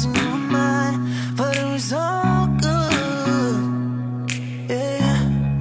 and you were mine, but it was all good. Yeah,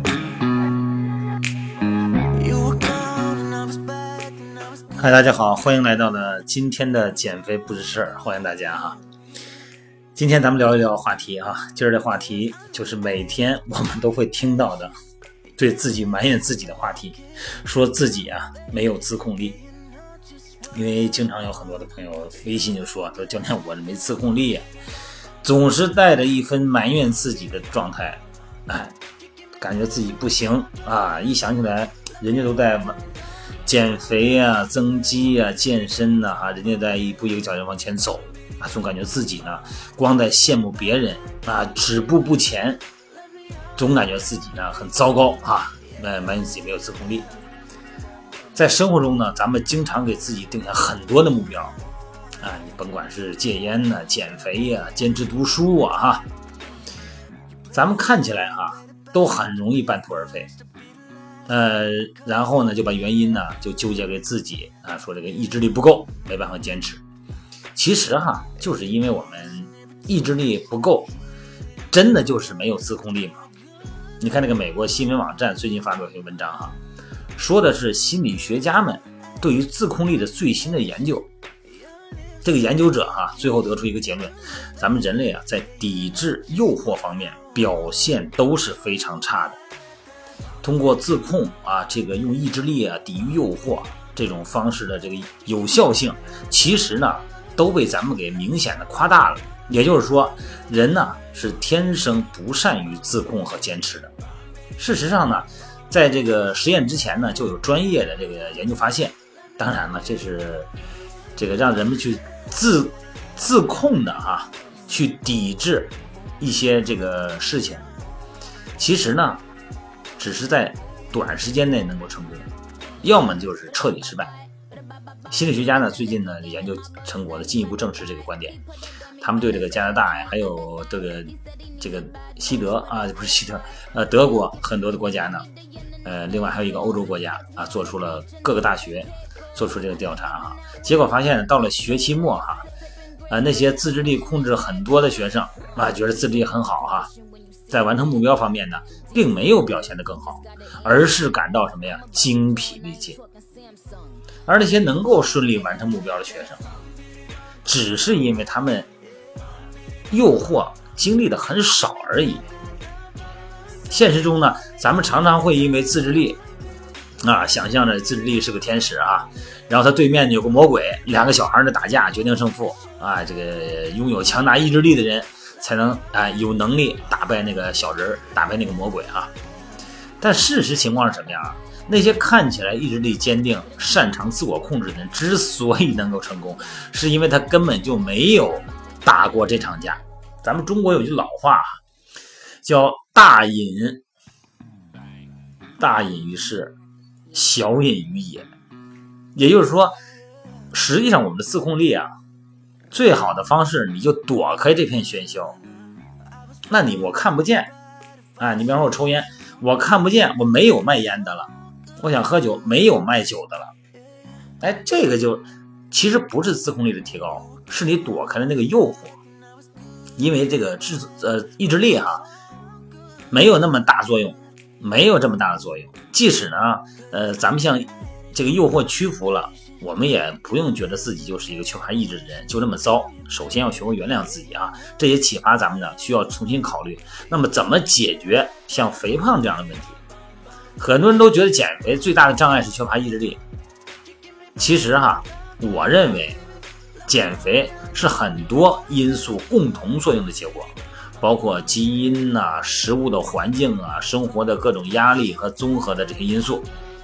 you were gone and I was back and I was gone. 嗨，大家好，欢迎来到了今天的减肥不是事儿，欢迎大家哈。今天咱们聊一聊话题啊，今儿的话题就是每天我们都会听到的对自己埋怨自己的话题，说自己没有自控力。因为经常有很多的朋友微信就说教练我没自控力总是带着一份埋怨自己的状态，感觉自己不行一想起来人家都在减肥增肌健身人家在一步一个脚印往前走总感觉自己呢光在羡慕别人止步不前，总感觉自己呢很糟糕埋怨自己没有自控力。在生活中呢，咱们经常给自己定下很多的目标你甭管是戒烟减肥坚持读书咱们看起来都很容易半途而废。然后呢就把原因呢就纠结给自己说这个意志力不够，没办法坚持。其实就是因为我们意志力不够，真的就是没有自控力嘛。你看那个美国新闻网站最近发表一篇文章说的是心理学家们对于自控力的最新的研究。这个研究者最后得出一个结论，咱们人类在抵制诱惑方面表现都是非常差的。通过自控这个用意志力抵御诱惑这种方式的这个有效性，其实呢都被咱们给明显的夸大了。也就是说，人呢是天生不善于自控和坚持的。事实上呢，在这个实验之前呢，就有专业的这个研究发现，当然了，这是这个让人们去自控的去抵制一些这个事情，其实呢只是在短时间内能够成功，要么就是彻底失败。心理学家呢最近呢研究成果呢进一步证实这个观点。他们对这个加拿大还有这个西德不是西德德国很多的国家呢另外还有一个欧洲国家做出了各个大学做出这个调查结果发现到了学期末那些自制力控制很多的学生觉得自制力很好在完成目标方面呢并没有表现得更好，而是感到什么呀精疲力尽。而那些能够顺利完成目标的学生，只是因为他们诱惑经历的很少而已。现实中呢，咱们常常会因为自制力想象着自制力是个天使然后他对面有个魔鬼，两个小孩的打架决定胜负这个拥有强大意志力的人才能有能力打败那个小人，打败那个魔鬼但事实情况是什么样那些看起来意志力坚定擅长自我控制的人之所以能够成功，是因为他根本就没有打过这场架。咱们中国有句老话叫大隐于市，小隐于野。也就是说，实际上我们的自控力最好的方式你就躲开这片喧嚣。那我看不见你比方说我抽烟，我看不见，我没有卖烟的了，我想喝酒，没有卖酒的了。这个就其实不是自控力的提高，是你躲开了那个诱惑。因为这个意志力没有那么大作用，没有这么大的作用。即使呢咱们向这个诱惑屈服了，我们也不用觉得自己就是一个缺乏意志的人就这么糟。首先要学会原谅自己这也启发咱们呢需要重新考虑，那么怎么解决像肥胖这样的问题。很多人都觉得减肥最大的障碍是缺乏意志力，其实我认为减肥是很多因素共同作用的结果，包括基因食物的环境生活的各种压力和综合的这些因素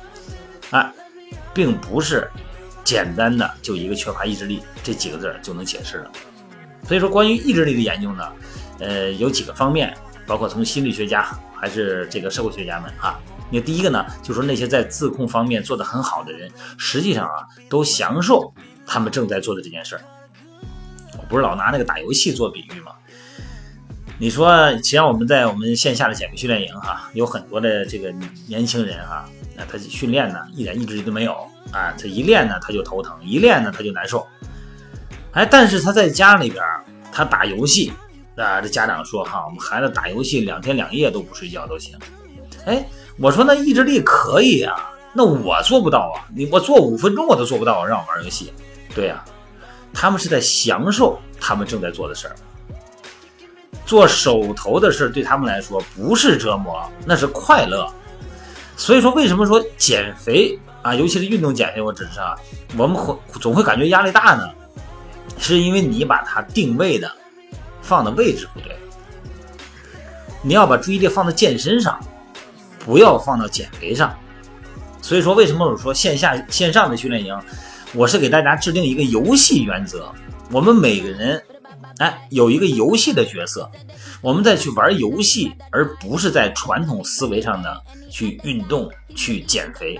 并不是简单的就一个缺乏意志力这几个字就能解释了。所以说关于意志力的研究呢有几个方面，包括从心理学家还是这个社会学家们那第一个呢就是说那些在自控方面做得很好的人，实际上都享受他们正在做的这件事儿。我不是老拿那个打游戏做比喻吗？你说其实我们在我们线下的减肥训练营有很多的这个年轻人他训练呢一点意志力都没有他一练呢他就头疼，一练呢他就难受但是他在家里边他打游戏啊，这家长说哈，我们孩子打游戏2天2夜都不睡觉都行。哎，我说那意志力可以啊，那我做不到啊，我做5分钟我都做不到，让我玩游戏。对啊，他们是在享受他们正在做的事儿。做手头的事对他们来说不是折磨，那是快乐。所以说为什么说减肥啊，尤其是运动减肥，我指的是我们总会感觉压力大呢？是因为你把它定位的放的位置不对。你要把注意力放到健身上，不要放到减肥上。所以说为什么我说线上的训练营，我是给大家制定一个游戏原则，我们每个人有一个游戏的角色，我们再去玩游戏，而不是在传统思维上的去运动去减肥。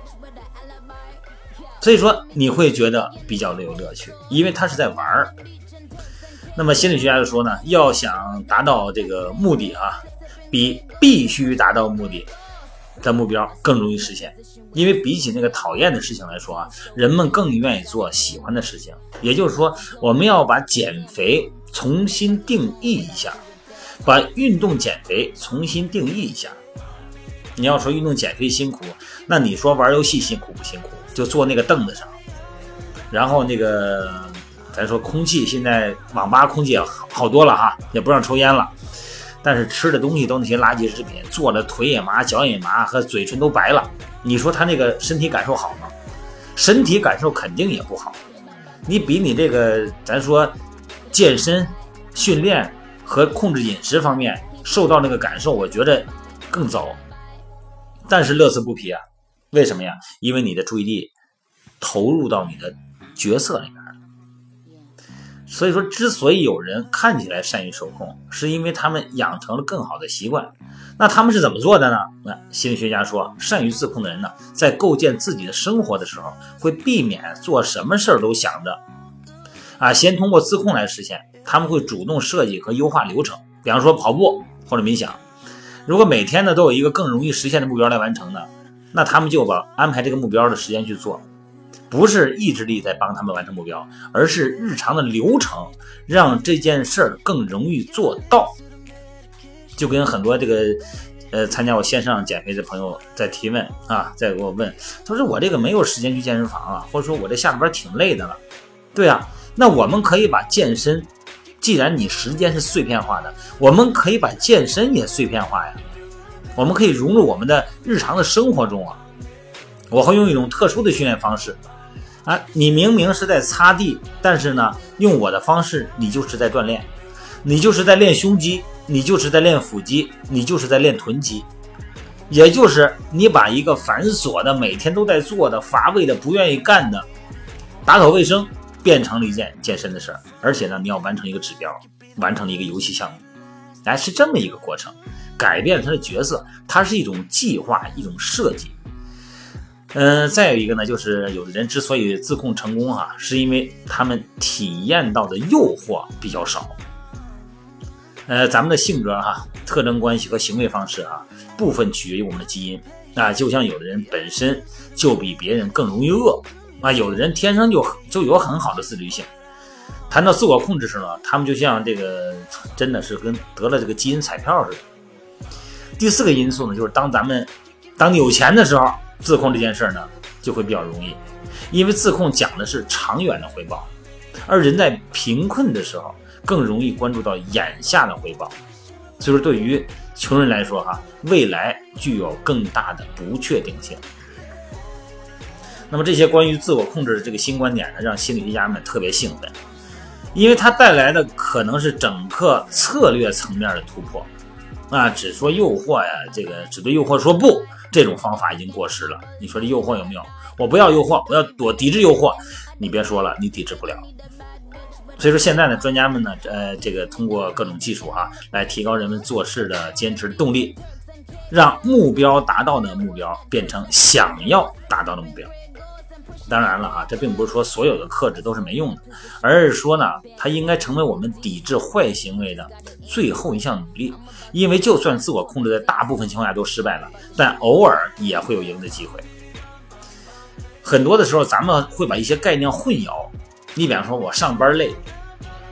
所以说你会觉得比较有乐趣，因为它是在玩。那么心理学家就说呢，要想达到这个目的比必须达到目的的目标更容易实现。因为比起那个讨厌的事情来说人们更愿意做喜欢的事情。也就是说，我们要把减肥重新定义一下，把运动减肥重新定义一下。你要说运动减肥辛苦，那你说玩游戏辛苦不辛苦？就坐那个凳子上，然后那个咱说空气，现在网吧空气也好多了也不让抽烟了，但是吃的东西都那些垃圾食品，坐的腿也麻，脚也麻，和嘴唇都白了。你说他那个身体感受好吗？身体感受肯定也不好。你比你这个咱说健身训练和控制饮食方面受到那个感受，我觉得更糟。但是乐此不疲为什么呀？因为你的注意力投入到你的角色里面了。所以说之所以有人看起来善于受控，是因为他们养成了更好的习惯。那他们是怎么做的呢？心理学家说，善于自控的人呢，在构建自己的生活的时候，会避免做什么事儿都想着先通过自控来实现。他们会主动设计和优化流程，比方说跑步或者冥想。如果每天呢都有一个更容易实现的目标来完成呢，那他们就安排这个目标的时间去做。不是意志力在帮他们完成目标，而是日常的流程让这件事儿更容易做到。就跟很多这个参加我线上减肥的朋友在提问在给我问，他说我这个没有时间去健身房或者说我这下班挺累的了。对那我们可以把健身，既然你时间是碎片化的，我们可以把健身也碎片化呀。我们可以融入我们的日常的生活中我会用一种特殊的训练方式你明明是在擦地，但是呢用我的方式，你就是在锻炼，你就是在练胸肌，你就是在练腹肌，你就是在练臀肌。也就是你把一个繁琐的每天都在做的乏味的不愿意干的打扫卫生变成了一件健身的事儿，而且呢你要完成一个指标，完成了一个游戏项目是这么一个过程。改变他的角色，它是一种计划，一种设计。再有一个呢，就是有的人之所以自控成功是因为他们体验到的诱惑比较少。咱们的性格特征关系和行为方式部分取决于我们的基因就像有的人本身就比别人更容易饿有的人天生就有很好的自律性。谈到自我控制时呢，他们就像这个真的是跟得了这个基因彩票似的。第4个因素呢，就是当你有钱的时候，自控这件事呢就会比较容易，因为自控讲的是长远的回报，而人在贫困的时候更容易关注到眼下的回报。所以说对于穷人来说未来具有更大的不确定性。那么这些关于自我控制的这个新观点呢，让心理学家们特别兴奋，因为它带来的可能是整个策略层面的突破只说诱惑这个只对诱惑说不，这种方法已经过时了。你说这诱惑有没有？我不要诱惑，我要抵制诱惑，你别说了，你抵制不了。所以说现在呢，专家们呢这个通过各种技术来提高人们做事的坚持动力，让目标达到的目标变成想要达到的目标。当然了这并不是说所有的克制都是没用的，而是说呢，它应该成为我们抵制坏行为的最后一项努力。因为就算自我控制在大部分情况下都失败了，但偶尔也会有赢的机会。很多的时候咱们会把一些概念混淆。你比方说我上班累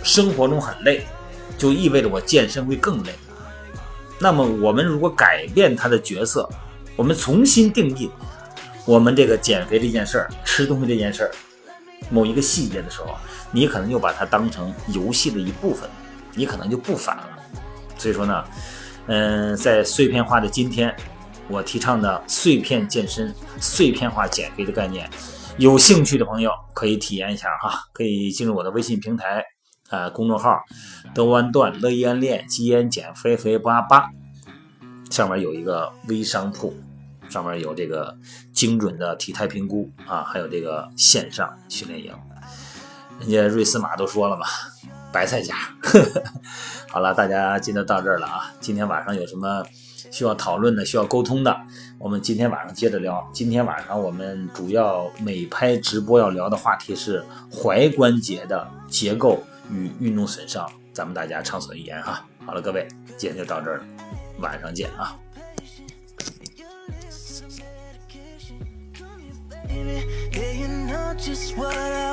生活中很累，就意味着我健身会更累。那么我们如果改变他的角色，我们重新定义我们这个减肥这件事儿，吃东西这件事儿，某一个细节的时候，你可能就把它当成游戏的一部分，你可能就不烦了。所以说呢，在碎片化的今天，我提倡的碎片健身、碎片化减肥的概念，有兴趣的朋友可以体验一下哈，可以进入我的微信平台公众号德湾段乐意安练基烟减肥肥88，上面有一个微商铺，上面有这个精准的体态评估还有这个线上训练营。人家瑞斯马都说了嘛，白菜价。好了，大家今天到这儿了啊！今天晚上有什么需要讨论的、需要沟通的，我们今天晚上接着聊。今天晚上我们主要美拍直播要聊的话题是踝关节的结构与运动损伤，咱们大家畅所欲言哈。好了，各位，今天就到这儿了，晚上见啊！ Yeah, you know just what I